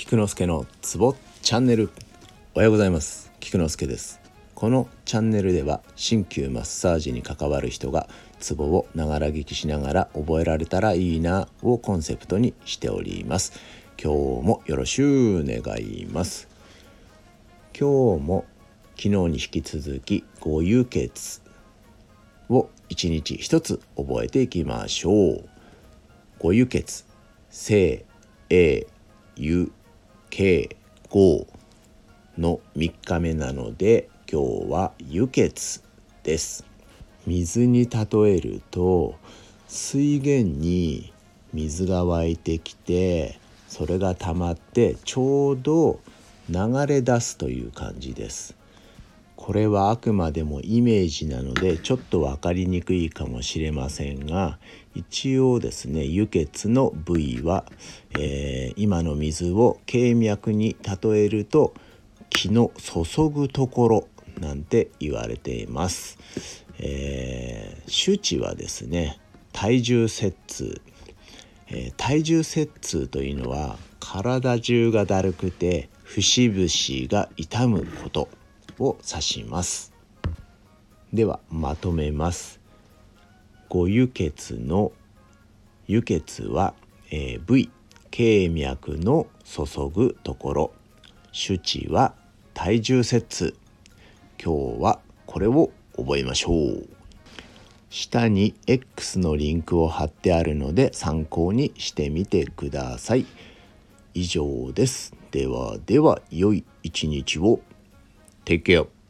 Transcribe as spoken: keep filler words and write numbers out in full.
菊之助のツボチャンネル。おはようございます。菊之助です。このチャンネルでは鍼灸マッサージに関わる人がツボをながら聞きしながら覚えられたらいいなをコンセプトにしております。今日もよろしゅう願います。今日も昨日に引き続き五輸血を一日一つ覚えていきましょう。五輸血、精、英、輸、慶、合のみっかめなので、今日は輸血です。水に例えると、水源に水が湧いてきて、それが溜まってちょうど流れ出すという感じです。これはあくまでもイメージなのでちょっと分かりにくいかもしれませんが、一応ですね、輸血の部位は、えー、今の水を経脈に例えると気の注ぐところなんて言われています。えー、主治はですね、体重摂痛、えー、体重摂痛というのは体中がだるくて節々が痛むことを指します。ではまとめます。五輸血の輸血は、えー、部位経脈の注ぐところ、主治は体重摂痛。今日はこれを覚えましょう。下に X のリンクを貼ってあるので参考にしてみてください。以上です。ではでは良い一日を。Take care.